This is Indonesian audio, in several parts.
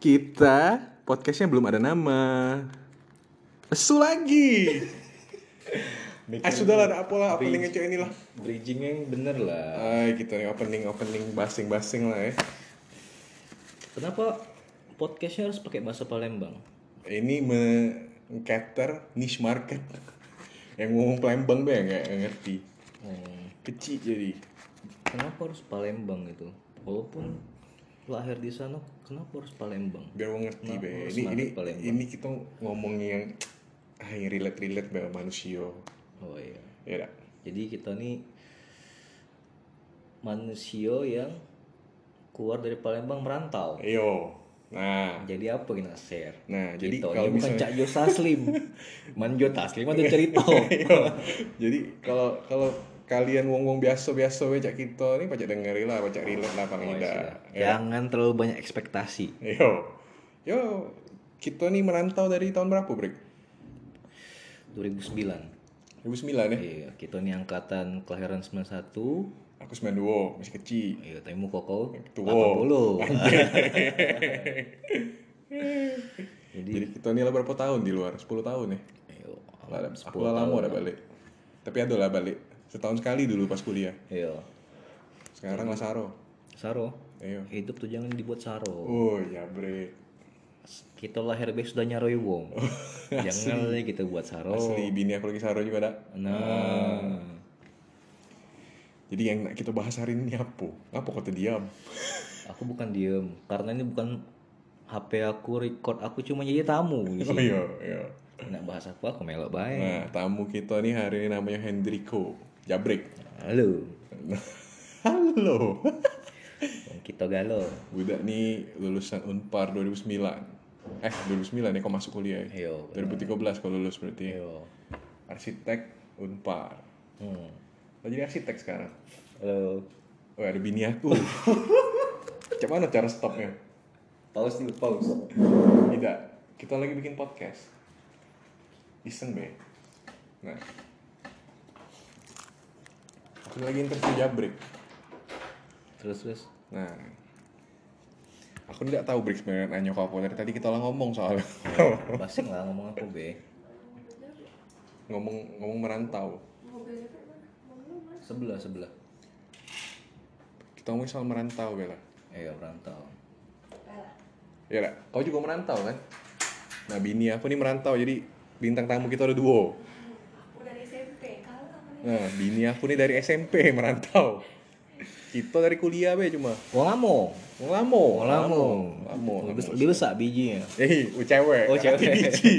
Kita podcastnya belum ada nama. Lesu lagi. Sudahlah, ada apalah opening aja inilah. Bridgingnya yang bener lah. Kita nih opening basing lah ya. Kenapa podcastnya harus pakai bahasa Palembang? Ini meng-cater niche market. Yang ngomong Palembang be nggak ngerti. Kecil jadi. Kenapa harus Palembang itu? Walaupun lahir di sana, kenapa harus Palembang? Biar gue ngerti Kenapa be. harus Ini Palembang? kita ngomongin yang relate be manusia. Oh iya. Ya dah. Jadi kita nih manusia yang keluar dari Palembang merantau. Ayo. Nah, Jadi apa kita share? Nah, jadi Kita kalau ini bukan misalnya- Cak Jo Taslim. Manjo Taslim ada cerita. jadi kalau kalian ngomong biasa we cak kita nih pacak dengerin lah, pacak relate lah paling tidak. Jangan terlalu banyak ekspektasi. Yo, kita nih merantau dari tahun berapa, Brek? 2009. 2009 ya? Iya, kita nih angkatan kelahiran 91. Aku 92, masih kecil. Iya, tapi muka kau Tua. 80. Jadi kita nih lah berapa tahun di luar? 10 tahun ya? Iya, Aku lah lama udah balik. Tapi ada lah balik. Setahun sekali dulu pas kuliah. Iya. Sekarang lah Saro. Saro. Ayo. Hidup tuh jangan dibuat saro. Oh ya, Brek. Kita lahir be sudah nyaroi wong. Jangan lagi kita buat saro. Asli, bini aku lagi Saro juga dah. Nah, Jadi yang nak kita bahas hari ini apa? Apa kau diam? aku bukan diem karena ini bukan HP aku record, aku cuma jadi tamu di Oh sini. iya. Nak bahas apa aku melok baik. Nah, tamu kita nih hari ini namanya Hendriko Jabrek. Halo. Halo. Kita galau. Budak nih lulusan Unpar 2009. 2009 ya kau masuk kuliah ya? Iya. 2013 kau lulus berarti. Ayo. Arsitek Unpar. Lo jadi arsitek sekarang. Halo. Oh, ada bini aku. Macam mana cara stopnya? Pause dulu, pause. Tidak. Kita lagi bikin podcast. Iseng be. Nah. Aku lagi interview Jabrek. Terus. Nah. Aku tidak tahu Brix sebenarnya nanya kau apa. Dari tadi kita lah ngomong soalnya. Basing lah ngomong aku be. ngomong merantau. Sebelah. Kita ngomong soal merantau Bella. Iya, merantau. Ya lah, kau juga merantau kan? Nah, bini aku nih merantau, jadi bintang tamu kita ada duo. Aku dari SMP. Kalau kamu nih Nah, bini aku nih dari SMP merantau. Kita dari kuliah be cuma. Lamo. Lamo. Lebih besar bijinya. Cewek. Oh, cewek. Hati biji.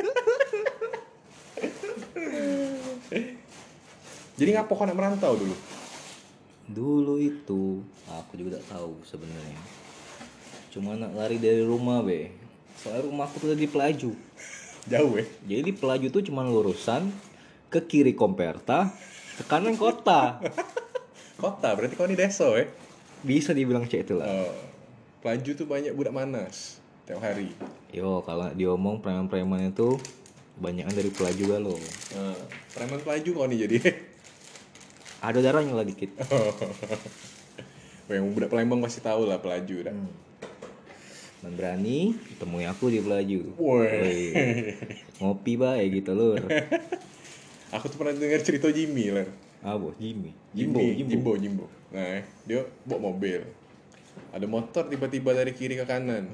Jadi ngapa kau nak merantau dulu? Dulu itu aku juga tak tahu sebenarnya. Cuma nak lari dari rumah be. Soalnya rumahku tuh di Pelaju. Jauh ya? Jadi di Pelaju tuh cuma lurusan ke kiri Komperta, ke kanan kota. Kota, berarti kau ini desa ya? Bisa dibilang cek itu lah. Pelaju tuh banyak budak manas tiap hari. Yo, kalau diomong preman-preman itu banyakan dari Pelaju galau. Preman Pelaju kau nih jadi. Ada darahnya lah dikit. Yang budak Palembang pasti tahu lah Pelaju dah. Dan berani temui aku di Pelaju. Woi. Ngopi bae gitu lur. Aku tuh pernah dengar cerita Jimmy lah. Bos? Jimbo. Jimbo. Nah, dia bawa mobil. Ada motor tiba-tiba dari kiri ke kanan.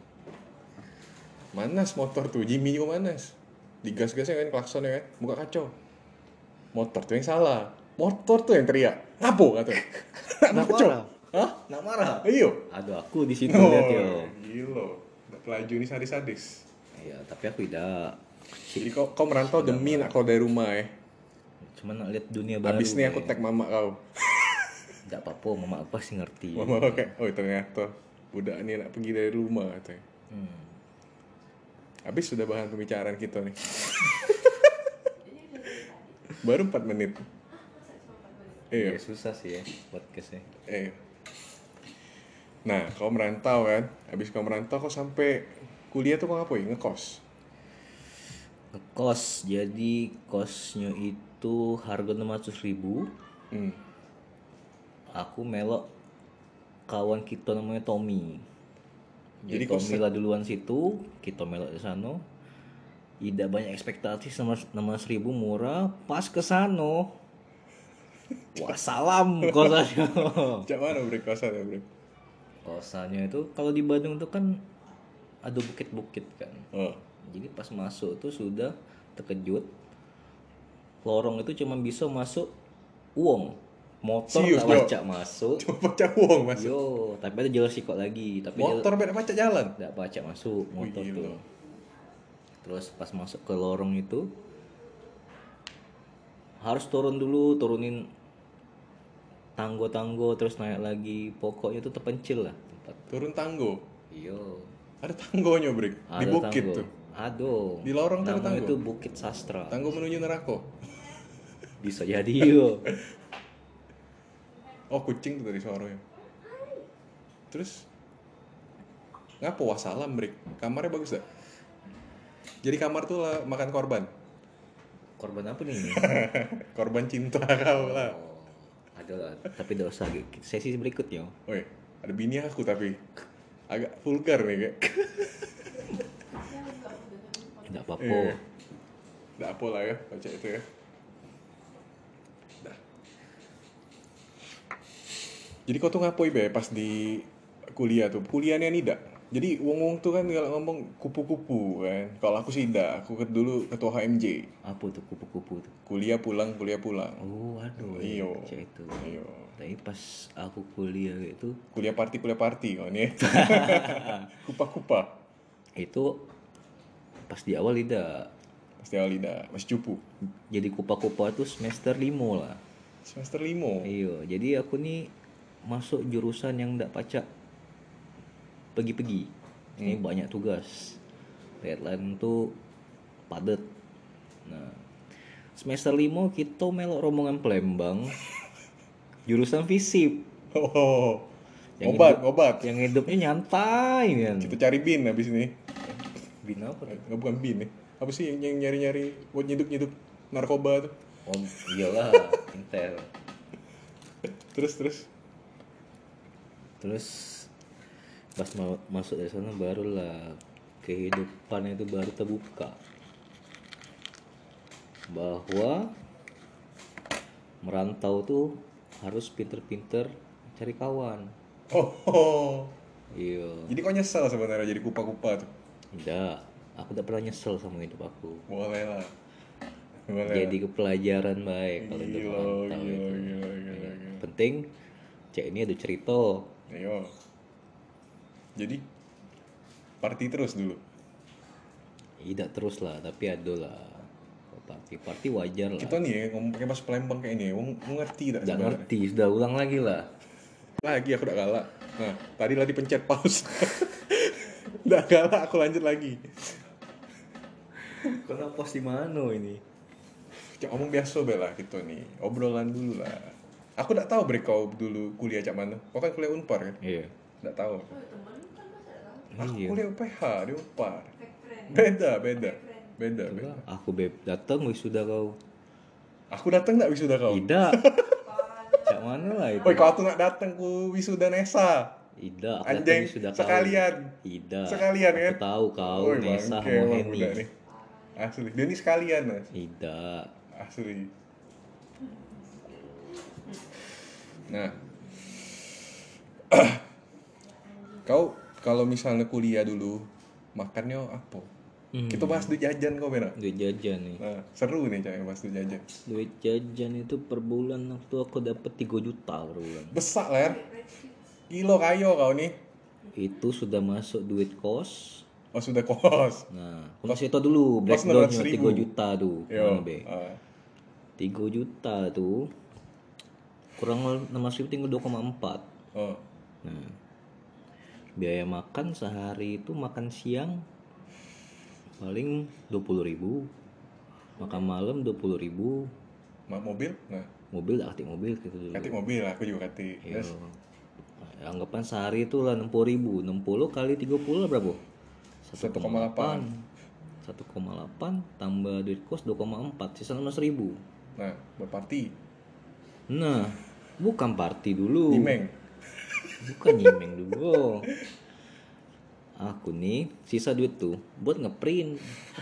Manas motor tuh, Jimmy juga manas. Digas-gasnya kan klaksonnya kan, buka kacau. Motor tuh yang salah. Motor tuh yang teriak. Ngapo katanya? Nak Kacau. marah. Hah? Nak marah. Ayo. Aduh, aku di situ lihat yo. Gila. Pelaju ini sadis-sadis. Iya, tapi aku tidak. Jadi kau merantau demi nak keluar dari rumah ya. Cuma nak lihat dunia baru. Abis nih aku be. tag mama kau. Tidak apa-apa, mama apa sih ngerti. Mama kau kayak, oh ternyata budak ini nak pergi dari rumah katanya. Habis sudah bahan pembicaraan kita nih. Baru 4 menit. Iya, susah sih ya podcastnya. Nah, kau merantau kan? Habis kau merantau kau sampai kuliah tuh kau ngapain? Ngekos. Kos, jadi kosnya itu harga 600.000. Aku melok kawan kita namanya Tommy. Jadi kau Mila duluan situ, kita melok di sana. Tidak banyak ekspektasi sama 6.000 murah. Pas ke sana, wassalam kosannya. cak mana Brek kosan ya Brek? Kosannya itu kalau di Bandung tuh kan ada bukit-bukit kan. Oh. Jadi pas masuk tuh sudah terkejut. Lorong itu cuma bisa masuk uang. Motor Serius, nggak Jo? pacak masuk. Coba cak uang masuk. Yo, tapi ada jalur sikot lagi. Tapi Motor beda macet jalan. nggak pacak masuk motor Wih, tuh. gila. Terus pas masuk ke lorong itu harus turun dulu, turunin tanggo-tanggo terus naik lagi. Pokoknya itu terpencil lah tempat. Turun tanggo. Yo, Ada tanggonya Brek. Di ada bukit tanggo. tuh. Aduh. Di lorong tuh ada Namanya tanggo. itu Bukit Sastra. Tanggo menuju neraka. Bisa jadi yo. Oh kucing tuh dari suaranya. Terus ngapo wassalam Brek? Kamarnya bagus gak? Jadi kamar tuh lah makan korban. Korban apa nih? Korban cinta kau lah. Oh, ada lah. Tapi dosa. Sesi berikutnya. Woi, ada bini aku tapi agak vulgar nih kayak. Tidak apa-apa. Nggak apa lah ya baca itu ya. Dah. Jadi kau tuh ngapoi be pas di kuliah tuh? Kuliahnya Nida. Jadi wong-wong tuh kan kalau ngomong kupu-kupu kan. Kalau aku sih ndak, aku dulu ketua HMJ. Apa tuh kupu-kupu tuh? Kuliah pulang. Oh, aduh. Iyo. Cek itu. Iyo. Tapi pas aku kuliah itu Kuliah party kau nih. Kupa-kupa. itu pas di awal tidak. Pasti awal Nida masih cupu. Jadi kupa-kupa tuh semester 5 lah. Semester 5. Iya, jadi aku nih masuk jurusan yang ndak pacak pergi-pergi. Ini banyak tugas. Deadline tuh padat. Nah, semester 5 kita melok rombongan Palembang. Jurusan FISIP. Oh. Yang Ngobat. Yang hidupnya nyantai kan. Kita cari bin habis ini. Bin apa tuh? Nggak bukan bin nih. Apa sih yang nyari-nyari buat nyiduk narkoba tuh? Oh, iyalah, Intel. Terus. Terus pas masuk dari sana barulah kehidupan itu baru terbuka bahwa merantau tuh harus pinter-pinter cari kawan. Oh. Iya, Jadi kau nyesel sebenarnya jadi kupa-kupa tuh? tidak, aku tidak pernah nyesel sama hidup aku. Boleh lah. Boleh. Jadi kepelajaran baik kalau hidup Gila, merantau gila, itu. gila. Penting, cek ini ada cerita. Ayo. Jadi party terus dulu. Tidak terus lah, tapi ada lah. Party wajar lah. Kita nih ya ngomong pakai bahasa Palembang kayak ini, wong ngerti tak Nggak sebenarnya? ngerti, sudah ulang lagi lah. Lagi aku udah galak. Nah, tadi lah dipencet pause. Udah galak, aku lanjut lagi. Kena pos di mana ini? Cak ngomong biasa bela gitu nih, obrolan dulu lah. Aku nggak tahu Bre kau dulu kuliah cak mana. Kau kan kuliah Unpar kan? Iya. Nggak tahu. Oh, temen kan masa tahu. Aku Iya. kuliah UPH di Unpar. Fake friend. Beda. Coba, aku datang wisuda kau. Aku datang nggak wisuda kau? Tidak. Cak mana lah itu? Woi, kau tuh nggak datang ku wisuda Nesa. Tidak, aku datang Anjing, wisuda kau. sekalian. Tidak. Sekalian, kan? Aku tahu kau Woi, Nesa bangke sama emang Henny. budak nih. Asli, dia nih sekalian mas. Tidak. Asli. Nah, kau kalau misalnya kuliah dulu makannya apa? Kita bahas duit jajan kau benar. Duit jajan nih. Nah, seru nih cak bahas duit jajan. Duit jajan itu per bulan waktu aku dapat 3 juta per bulan. Besak ler. Kilo kayo kau nih. Itu sudah masuk duit kos. Oh sudah kos. Nah, aku kasih tau dulu Kos breakdownnya 600.000. 3 juta tuh. Yo. Mana, Be? 3 juta tuh kurang 6.000 tinggal 2,4. Oh. Nah, biaya makan sehari itu makan siang paling 20.000, makan malam 20.000, Mobil? Nah, mobil aktif mobil gitu dulu. katik mobil aku juga katik. Yo. Yes. Nah, anggapan sehari itu lah 60.000, 60 kali 30 berapa? 1,8. 1,8 tambah duit kos 2,4, sisa 16.000. Nah, berparti. Nah, bukan party dulu. Dimeng. Bukan nyimeng dulu. aku nih sisa duit tuh buat ngeprint.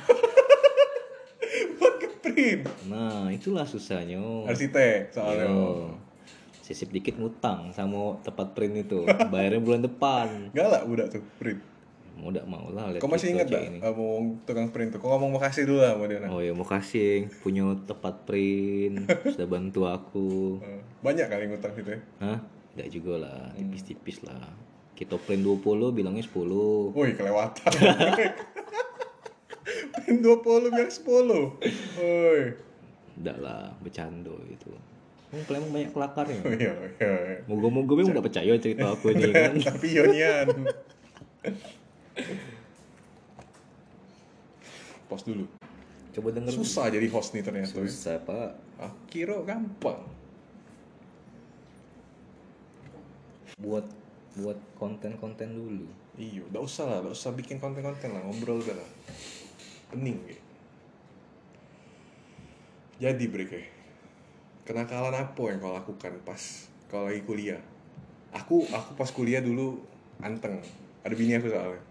Buat ke-print. Nah itulah susahnya. Arsitek soalnya. Yo, sisip dikit ngutang sama tempat print itu, bayarnya bulan depan. Galak budak tuh print. Mau tidak mau lah lihat Kau masih ingat gitu gak ini. ngomong tukang print tuh? Kau ngomong makasih dulu lah sama dia. Oh ya mau kasih punya tempat print sudah bantu aku. Banyak kali ngutang situ ya. Hah? Tidak juga lah, tipis-tipis lah. Kita print 20 bilangnya 10. Woi kelewatan. Print 20 biar 10. Woi. Tidak lah, bercanda itu. Emang banyak kelakarnya. Oh, iya, iya. Moga-moga memang udah percaya cerita aku ini kan. Tapi Yonian. Pause dulu. Coba denger. Susah jadi host nih ternyata. Susah pak. Kira gampang. Buat konten-konten dulu. Iya, udah usah bikin konten-konten lah, ngobrol udah lah. Pening gitu. Jadi Brek, kenakalan apa yang kau lakukan pas kau lagi kuliah? Aku pas kuliah dulu anteng. Ada bini aku soalnya.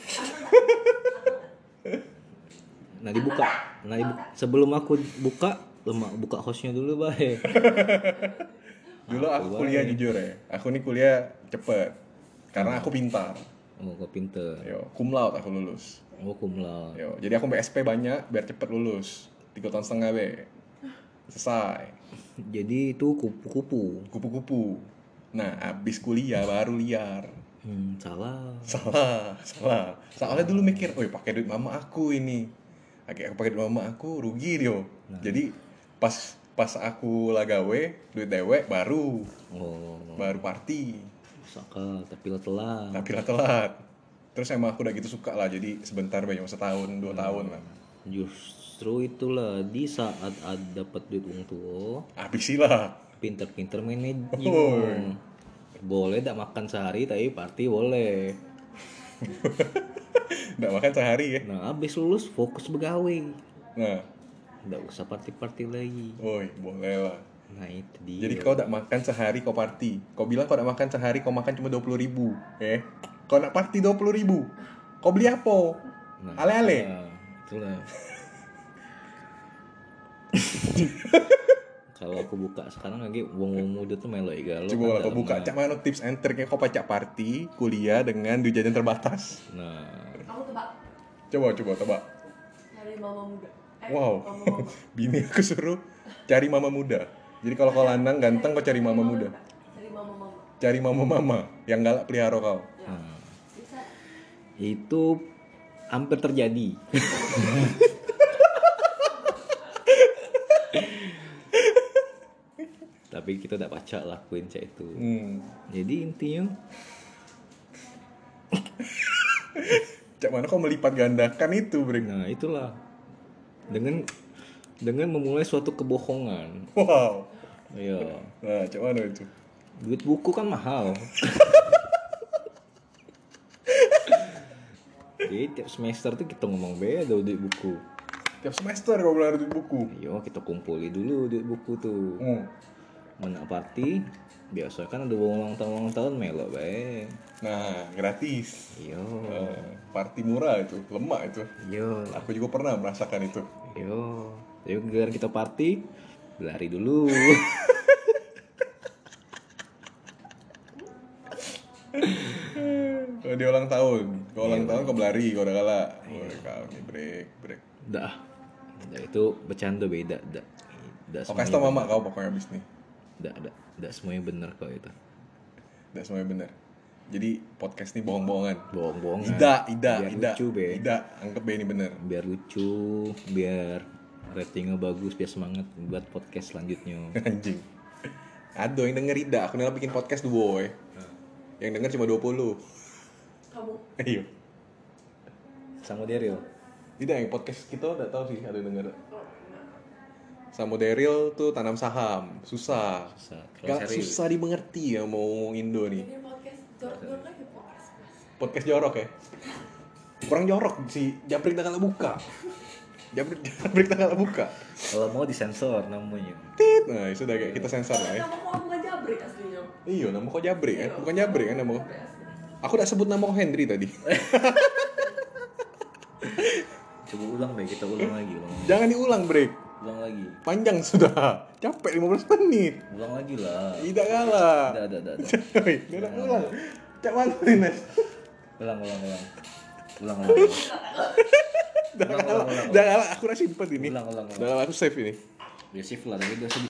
Sebelum aku buka hostnya dulu bae. Dulu aku kuliah jujur ya. Aku nih kuliah cepet karena aku pintar. Oh kok pinter. Yo, cum laude aku lulus. Oh cum laude. Yo, jadi aku SP banyak biar cepet lulus. 3 tahun setengah be. Selesai. Jadi itu kupu-kupu. Kupu-kupu. Nah, abis kuliah baru liar. Salah. Salah. Soalnya dulu mikir, "Woi, pakai duit mama aku ini." Aku pakai duit mama aku rugi dia. Jadi pas aku lah gawe duit dewek baru party. Saka tapi lah telat. Terus emang aku udah gitu suka lah, jadi sebentar banyak setahun 2 tahun lah. Justru itulah di saat dapat duit uang tua, Habisilah. pinter-pinter manajemen. Oh. Boleh tak makan sehari tapi party boleh. Nggak makan sehari ya. Nah abis lulus fokus begawe. Nah, Nggak usah party-party lagi. woi, boleh lah. Nah itu dia. Jadi kau nggak makan sehari kau party. Kau bilang kau nggak makan sehari kau makan cuma 20.000. Kau nak party 20.000. Kau beli apa? Nah, Ale-ale. Itulah. Kalau aku buka sekarang lagi wong muda tuh melo galau. Coba lah kau buka cak mana tips and triknya kau pacak party kuliah dengan duit jajan terbatas. Nah, Aku tebak Coba tebak. dari mama muda. Wow. Mama. Bini aku suruh cari mama muda. Jadi kalau kau lanang ganteng kau cari mama muda. Dari mama. Cari mama yang galak pelihara kau. Ya. Bisa. itu hampir terjadi. Tapi kita tidak pacak lakuin cak itu. Jadi intinya Cak mana kau melipat gandakan itu, Breng? nah itulah dengan memulai suatu kebohongan. Wow. Iya. Nah, cak mana itu? Duit buku kan mahal. Jadi tiap semester tuh kita ngomong beda duit buku. Tiap semester kau bilang ada duit buku. Yo kita kumpuli dulu duit buku tuh. Mana party biasa kan ada ulang tahun melo bae. Nah, gratis. Yo. Party murah itu, lemak itu. Yo. Aku juga pernah merasakan itu. Yo. Jadi gara kita party berlari dulu. Kalau dia ulang tahun, kau berlari, kau udah kalah. Kau nih break. Dah. Itu bercanda beda, dah. Kau kasih tau mama kau pokoknya abis nih. Dah semuanya benar kok itu. Udah semuanya benar. Jadi podcast ini bohong-bohongan. Bohong-bohongan. Ida. Lucu, be. Ida, anggap be ini bener. Biar lucu, biar ratingnya bagus, biar semangat buat podcast selanjutnya. Anjing. Aduh yang denger Ida, aku nih bikin podcast dua boy. Yang denger cuma 20. Kamu. Ayo. Sama Daryl. Ida yang podcast kita udah tahu sih ada yang denger. Sama Daryl tuh tanam saham, susah. Gak susah dimengerti ya mau ngomong Indo nih. Ini podcast jorok lagi podcast. Podcast jorok ya. Kurang jorok sih, Jabrik tak kalah buka. Jabrik tak kalah buka. Kalau mau disensor namanya. Tit. Nah, sudah kayak kita sensor lah ya. Nama kok aku gak jabrik aslinya. Iya, nama kok Jabrik kan? Bukan Jabrik kan nama kok? Aku udah sebut nama Henry tadi. Coba ulang deh, kita ulang lagi. Jangan diulang, Brek. Ulang lagi. Panjang sudah. Capek 15 menit. Ulang lagi lah. Tidak kalah. Ada. Woi, udah ulang. Cak mantuin, Mas. Ulang. Ulang. Jangan kalah. Aku udah simpen ini. Ulang. Udah aku save ini. Ya shift lah, tapi udah